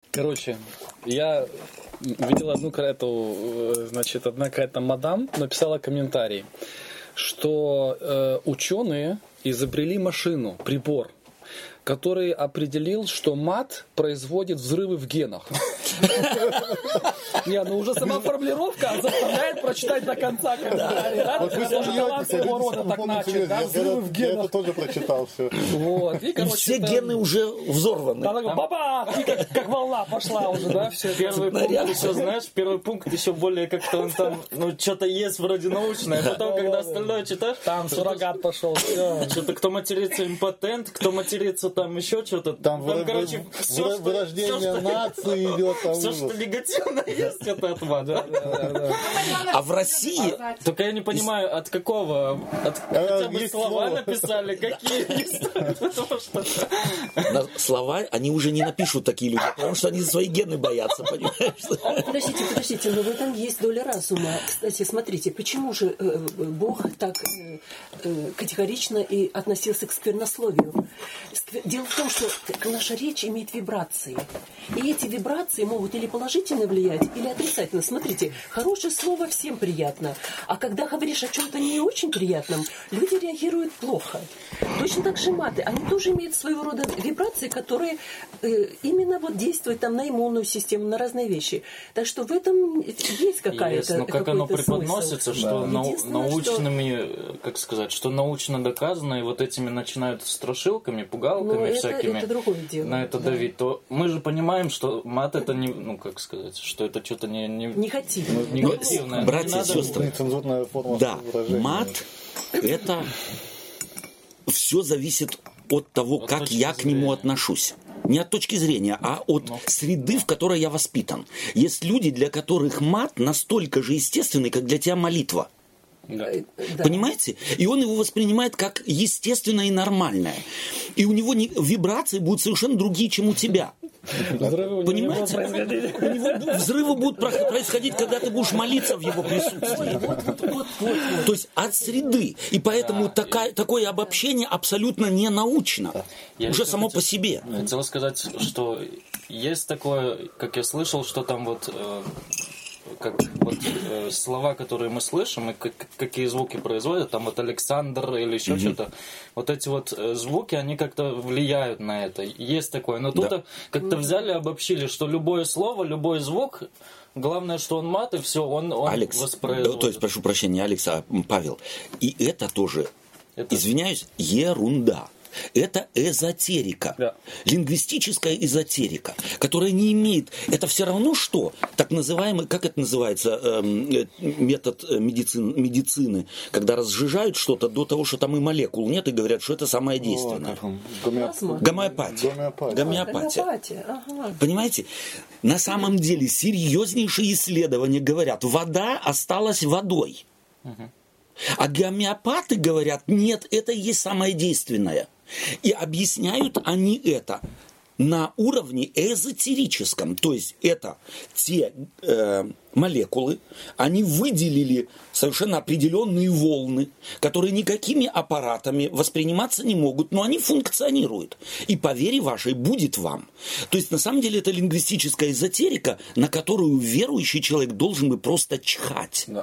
Короче, я видел одна какая-то мадам написала комментарий, что ученые изобрели машину, прибор, который определил, что мат производит взрывы в генах. Не, ну уже сама формулировка заставляет прочитать до конца комментарий. Вот вы своего рода так начали, да, взрывы в я это генах. тоже прочитал все. Вот. И все гены уже взорваны. Да, такой, баба! И как волна пошла уже, да, все. Первый пункт еще, знаешь, первый пункт еще более как-то он там, ну, что-то есть вроде научное, а потом, когда остальное читаешь, Там суррогат пошел, все. что-то кто матерится импотент, кто матерится там еще что-то. Там короче, все, вырождение нации идет. все, что негативно есть, это от мата. А в России... Только я не понимаю, от какого, хотя бы есть слова слово. написали, какие есть, потому что... Слова, они уже не напишут такие люди, потому что они за свои гены боятся, понимаешь? Подождите, но в этом есть доля разума. Кстати, смотрите, почему же Бог так категорично и относился к сквернословию? Дело в том, что наша речь имеет вибрации. И эти вибрации могут или положительно влиять, или отрицательно. Смотрите, хорошее слово всем приятно. А когда говоришь о чем-то не очень приятном, люди реагируют плохо. Точно так же маты. Они тоже имеют своего рода вибрации, которые именно вот действуют там на иммунную систему, на разные вещи. Так что в этом есть какая-то но как оно смысл. преподносится, что Единственное, научными, как сказать, что научно доказано, и вот этими начинают страшилками, пугалками всякими это другое дело. на это давить, то мы же понимаем, что мат это не, ну как сказать, что это что-то негативное. негативное. Братья и сестры, Нецензурная форма да, выражения. мат – это все зависит от того, От как точки я к нему зрения. отношусь. Не от точки зрения, а от среды, в которой я воспитан. Есть люди, для которых мат настолько же естественный, как для тебя молитва. Да. Понимаете? И он его воспринимает как естественное и нормальное. И у него вибрации будут совершенно другие, чем у тебя. Взрывы Понимаете? У него взрывы будут происходить, когда ты будешь молиться в его присутствии. То есть от среды. И поэтому такое обобщение абсолютно не научно. Я Уже еще само по себе. Хотел сказать, что есть такое, как я слышал, что там вот слова, которые мы слышим, и какие звуки производят, там вот Александр или еще что-то, вот эти вот звуки, они как-то влияют на это. Есть такое. Но тут как-то взяли, обобщили, что любое слово, любой звук, главное, что он мат, и все, он Алекс, воспроизводит. то есть, прошу прощения, Алекс, Павел, и это тоже, извиняюсь, ерунда. Это эзотерика, лингвистическая эзотерика, которая не имеет... Это все равно что? Так называемый, как это называется, метод медицины, когда разжижают что-то до того, что там и молекул нет, и говорят, что это самое действенное. Гомеопатия. Ага. Понимаете? На самом деле серьезнейшие исследования говорят, вода осталась водой. А гомеопаты говорят, нет, это и есть самое действенное. И объясняют они это на уровне эзотерическом. То есть это те молекулы, они выделили совершенно определенные волны, которые никакими аппаратами восприниматься не могут, но они функционируют. И по вере вашей будет вам. То есть на самом деле это лингвистическая эзотерика, на которую верующий человек должен бы просто чхать. Да.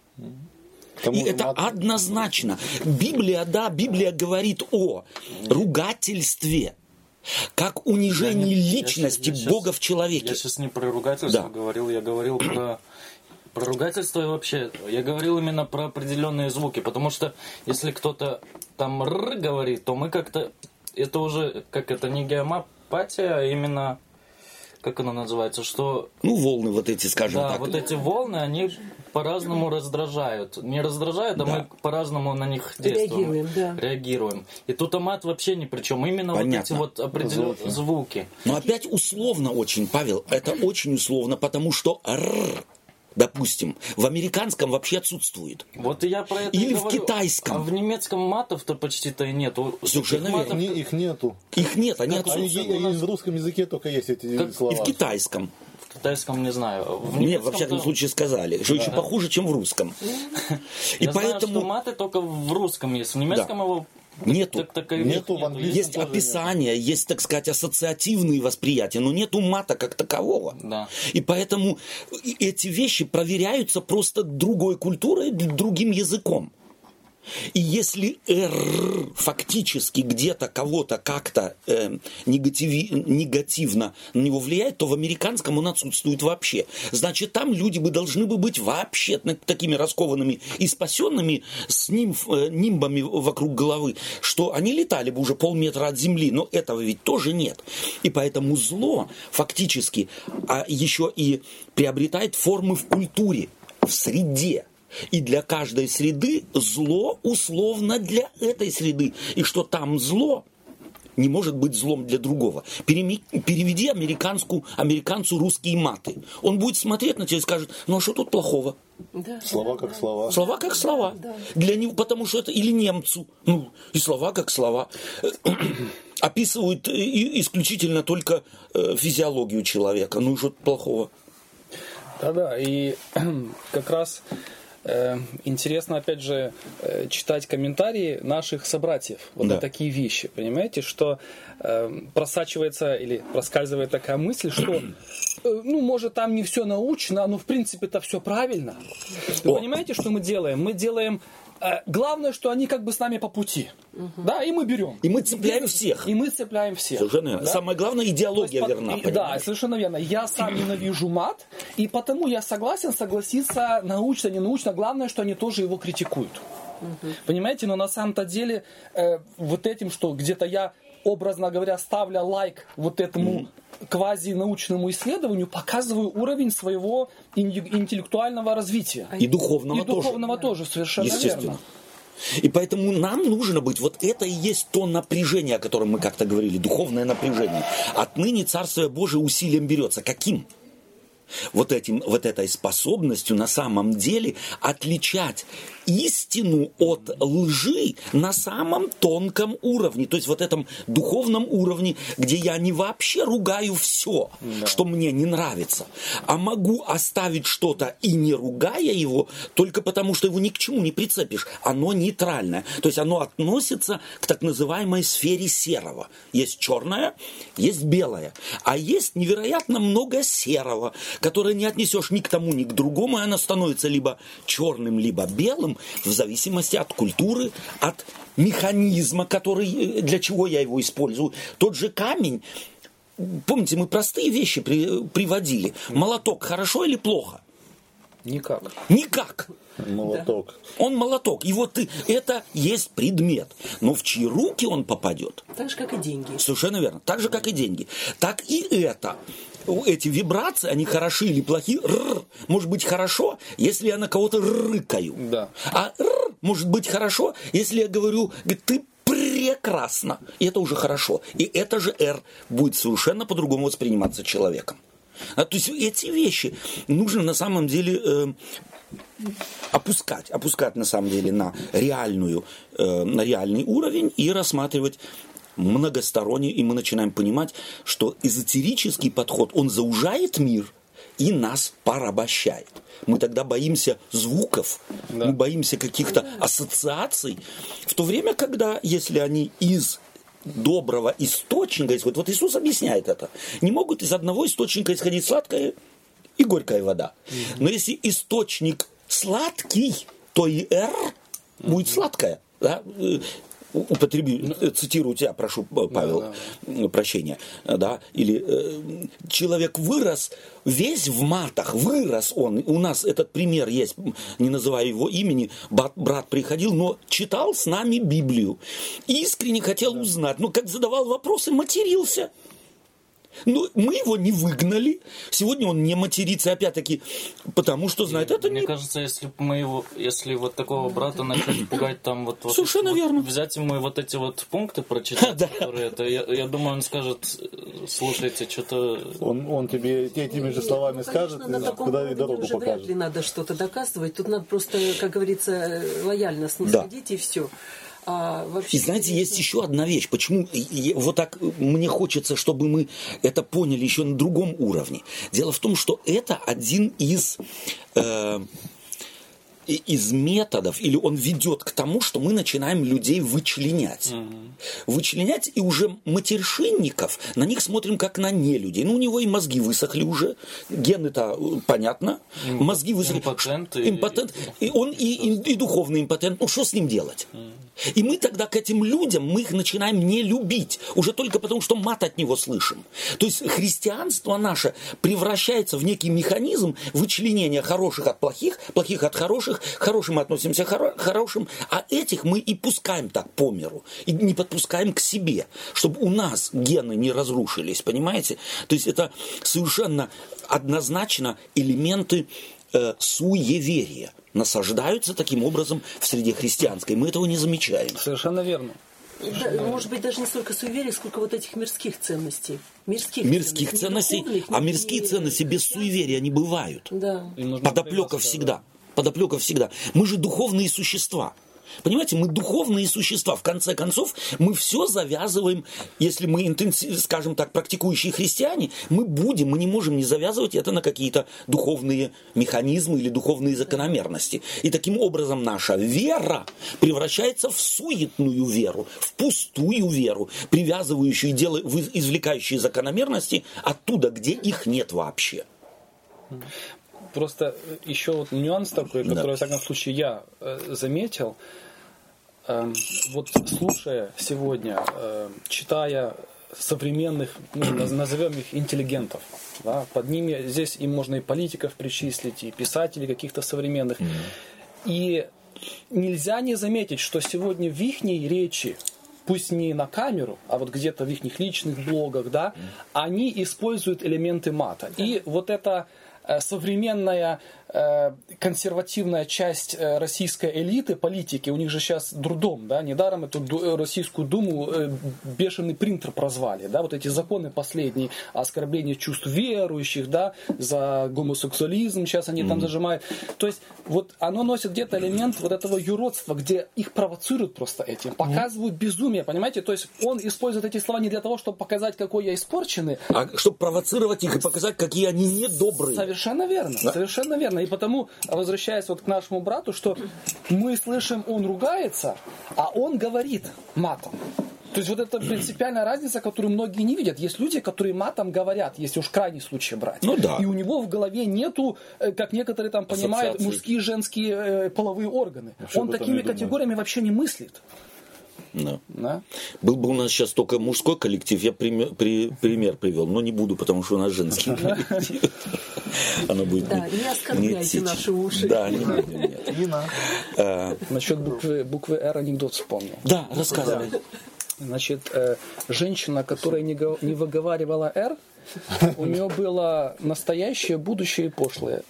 И это однозначно. Библия говорит о ругательстве, как унижении личности Бога в человеке. Я сейчас не про ругательство говорил, я говорил про ругательство и вообще. Я говорил именно про определенные звуки, потому что если кто-то там «р» говорит, то мы как-то... Это уже, как это, не гомеопатия, а именно... Как оно называется? Что... Ну, волны вот эти, скажем так. Да, вот эти волны, они по-разному раздражают. Не раздражают, а мы по-разному на них действуем. Реагируем. И тут мат вообще ни при чем. Именно Понятно. вот эти вот определенные звуки. Но опять условно очень, Павел. Это очень условно, потому что «р», допустим, в американском вообще отсутствует. Вот и я про это Или и в говорю. китайском. А в немецком матов-то почти-то и нету. Совершенно верно. Их нету. Их нет, они отсутствуют. В русском языке только есть эти слова. И в китайском. В китайском не знаю. Мне, во всяком случае, сказали, что еще похуже, чем в русском. И я поэтому... знаю, что маты только в русском есть. В немецком его Нету. Нету в английском. Есть тоже описание, есть, так сказать, ассоциативные восприятия, но нету мата как такового. Да. И поэтому эти вещи проверяются просто другой культурой, другим языком. И если «р» фактически где-то кого-то как-то негативно на него влияет, то в американском он отсутствует вообще. Значит, там люди должны быть вообще такими раскованными и спасенными с нимбами вокруг головы, что они летали бы уже полметра от земли, но этого ведь тоже нет. И поэтому зло фактически еще и приобретает формы в культуре, в среде. И для каждой среды зло условно для этой среды. И что там зло не может быть злом для другого. Переведи американцу русские маты. Он будет смотреть на тебя и скажет, ну а что тут плохого? Да. Слова как слова. Слова как слова. Да. Для него, потому что это или немцу. Ну, и слова как слова. Описывают исключительно только физиологию человека. Ну и что тут плохого? Да-да, и как раз интересно, опять же, читать комментарии наших собратьев вот на такие вещи. Понимаете, что просачивается или проскальзывает такая мысль, что ну, может, там не все научно, но в принципе это все правильно. Вы понимаете, что мы делаем? Мы делаем... Главное, что они как бы с нами по пути. Да, и мы берем. И мы цепляем всех. И мы цепляем всех. Совершенно верно. Да? Самое главное, идеология верна. Да, совершенно верно. Я сам ненавижу мат, и потому я согласиться научно, не научно. Главное, что они тоже его критикуют. Понимаете, но на самом-то деле вот этим, что где-то я, образно говоря, ставля лайк вот этому квазинаучному исследованию, показываю уровень своего интеллектуального развития. И духовного тоже. И духовного тоже, совершенно естественно. верно. И поэтому нам нужно быть, вот это и есть то напряжение, о котором мы как-то говорили, духовное напряжение. Отныне Царствие Божие усилием берется. Каким? Вот этой способностью на самом деле отличать истину от лжи на самом тонком уровне, то есть вот этом духовном уровне, где я не вообще ругаю все, что мне не нравится, а могу оставить что-то и не ругая его, только потому что его ни к чему не прицепишь, оно нейтральное, то есть оно относится к так называемой сфере серого. Есть черное, есть белое, а есть невероятно много серого, которое не отнесешь ни к тому, ни к другому, и оно становится либо черным, либо белым, в зависимости от культуры, от механизма, для чего я его использую. Тот же камень, помните, мы простые вещи приводили. Молоток хорошо или плохо? Никак. Никак. Молоток. Он молоток. И вот это есть предмет. Но в чьи руки он попадет? Так же, как и деньги. Совершенно верно. Так же, как и деньги. Так и это. Эти вибрации, они хороши или плохи. Может быть хорошо, если я на кого-то рыкаю. Да. А может быть хорошо, если я говорю, ты прекрасно. И это уже хорошо. И это же будет совершенно по-другому восприниматься человеком. То есть эти вещи нужно на самом деле опускать на самом деле на реальный уровень и рассматривать многосторонне, и мы начинаем понимать, что эзотерический подход, он заужает мир и нас порабощает. Мы тогда боимся звуков, мы боимся каких-то ассоциаций, в то время, когда, если они из доброго источника исходят, вот Иисус объясняет это, не могут из одного источника исходить сладкая и горькая вода. Но если источник сладкий, то и будет сладкая. Да? Цитирую тебя, прошу, Павел, прощения, да, или человек вырос весь в матах, вырос он, у нас этот пример есть, не называя его имени, брат приходил, но читал с нами Библию, искренне хотел узнать, но как задавал вопросы, матерился. Но мы его не выгнали. Сегодня он не матерится, опять-таки, потому что знает, это мне не... кажется, если вот такого брата начать пугать, там вот совершенно верно. Взять ему и вот эти вот пункты прочитать, которые это, я думаю, он скажет, слушайте, что-то... Он тебе этими же словами скажет, на таком куда и уровне дорогу уже покажет. вряд ли надо что-то доказывать. Тут надо просто, как говорится, лояльно снисходить и все. И знаете, есть еще одна вещь. Почему вот так мне хочется, чтобы мы это поняли еще на другом уровне. Дело в том, что это один из из методов, или он ведет к тому, что мы начинаем людей вычленять. Вычленять, и уже матершинников, на них смотрим как на нелюдей. Ну, у него и мозги высохли уже, гены-то понятно, мозги высохли. Импотент. И он и духовный импотент. Ну, что с ним делать? И мы тогда к этим людям, мы их начинаем не любить, уже только потому, что мат от него слышим. То есть христианство наше превращается в некий механизм вычленения хороших от плохих, плохих от хороших, к хорошим относимся к хорошим, а этих мы и пускаем так по миру, и не подпускаем к себе, чтобы у нас гены не разрушились, понимаете? То есть это совершенно однозначно элементы суеверия насаждаются таким образом в среде христианской. Мы этого не замечаем. Совершенно верно. Да, может быть, даже не столько суеверий, сколько вот этих мирских ценностей. Мирских ценностей, а мирские ценности без суеверия не бывают. Да. Подоплека всегда. Подоплека всегда. Мы же духовные существа. Понимаете, мы духовные существа. В конце концов, мы все завязываем, если мы, скажем так, практикующие христиане, мы не можем не завязывать это на какие-то духовные механизмы или духовные закономерности. И таким образом наша вера превращается в суетную веру, в пустую веру, привязывающую, извлекающую закономерности оттуда, где их нет вообще. Просто еще вот нюанс такой, который, во всяком случае, я заметил. Вот слушая сегодня, читая современных, назовем их интеллигентов, да, под ними здесь им можно и политиков причислить, и писателей каких-то современных. И нельзя не заметить, что сегодня в их речи, пусть не на камеру, а вот где-то в их личных блогах, да, они используют элементы мата. И вот это современная консервативная часть российской элиты, политики, у них же сейчас дурдом, да, недаром эту Российскую Думу бешеный принтер прозвали, да, вот эти законы последние, оскорбление чувств верующих, да, за гомосексуализм сейчас они там зажимают, то есть вот оно носит где-то элемент вот этого юродства, где их провоцируют просто этим, показывают безумие, понимаете, то есть он использует эти слова не для того, чтобы показать, какой я испорченный, а чтобы провоцировать их и показать, какие они недобрые. Совершенно верно, да? Совершенно верно. И потому, возвращаясь вот к нашему брату, что мы слышим, он ругается, а он говорит матом. То есть вот это принципиальная разница, которую многие не видят. Есть люди, которые матом говорят, если уж крайний случай брать. Ну, да. И у него в голове нету, как некоторые там понимают, ассоциации. Мужские и женские половые органы. Вообще он такими категориями вообще не мыслит. Да. Да? Был бы у нас сейчас только мужской коллектив, я пример привел, но не буду, потому что у нас женский коллектив. Оно будет не оскорбляйте наши уши. Да, нет. Насчет буквы «Р» анекдот вспомнил. Да, рассказывай. Значит, женщина, которая не выговаривала «Р», у нее было настоящее, будущее и пошлое.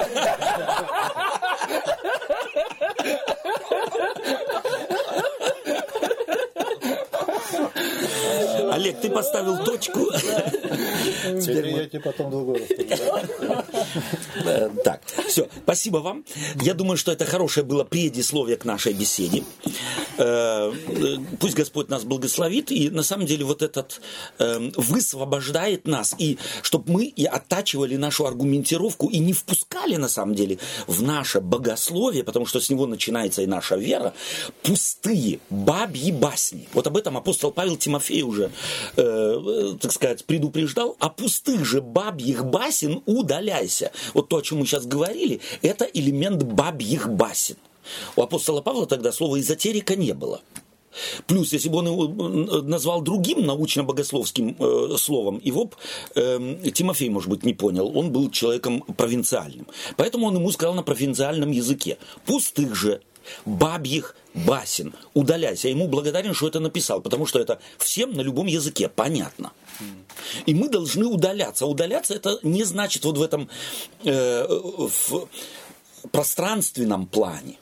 Олег, ты поставил точку. Теперь я тебе потом другой раз. Так, все, спасибо вам. Я думаю, что это хорошее было предисловие к нашей беседе. Пусть Господь нас благословит. И на самом деле вот этот высвобождает нас. И чтобы мы и оттачивали нашу аргументировку и не впускали на самом деле в наше богословие, потому что с него начинается и наша вера, пустые бабьи басни. Вот об этом апостол Павел Тимофею уже, так сказать, предупреждал. А пустых же бабьих басен удаляйся. Вот то, о чем мы сейчас говорили, это элемент бабьих басен. У апостола Павла тогда слова эзотерика не было. Плюс, если бы он его назвал другим научно-богословским словом, его Тимофей, может быть, не понял. Он был человеком провинциальным. Поэтому он ему сказал на провинциальном языке. Пустых же бабьих басен удаляйся. Я ему благодарен, что это написал, потому что это всем на любом языке понятно. И мы должны удаляться. Удаляться это не значит вот в этом в пространственном плане.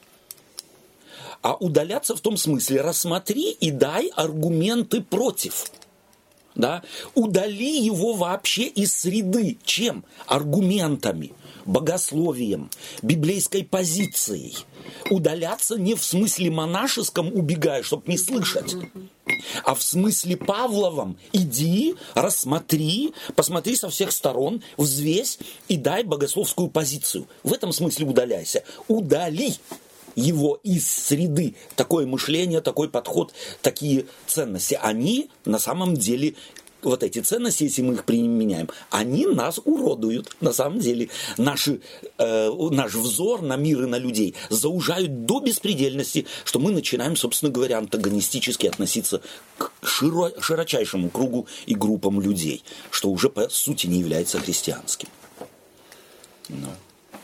А удаляться в том смысле, рассмотри и дай аргументы против. да, удали его вообще из среды. Чем? Аргументами, богословием, библейской позицией. Удаляться не в смысле монашеском, убегая, чтобы не слышать, а в смысле Павловом. Иди, рассмотри, посмотри со всех сторон, взвесь и дай богословскую позицию. В этом смысле удаляйся. Удали его из среды. Такое мышление, такой подход, такие ценности. Они на самом деле, вот эти ценности, если мы их применяем, они нас уродуют. На самом деле наш взор на мир и на людей заужают до беспредельности, что мы начинаем, собственно говоря, антагонистически относиться к широчайшему кругу и группам людей, что уже по сути не является христианским. No.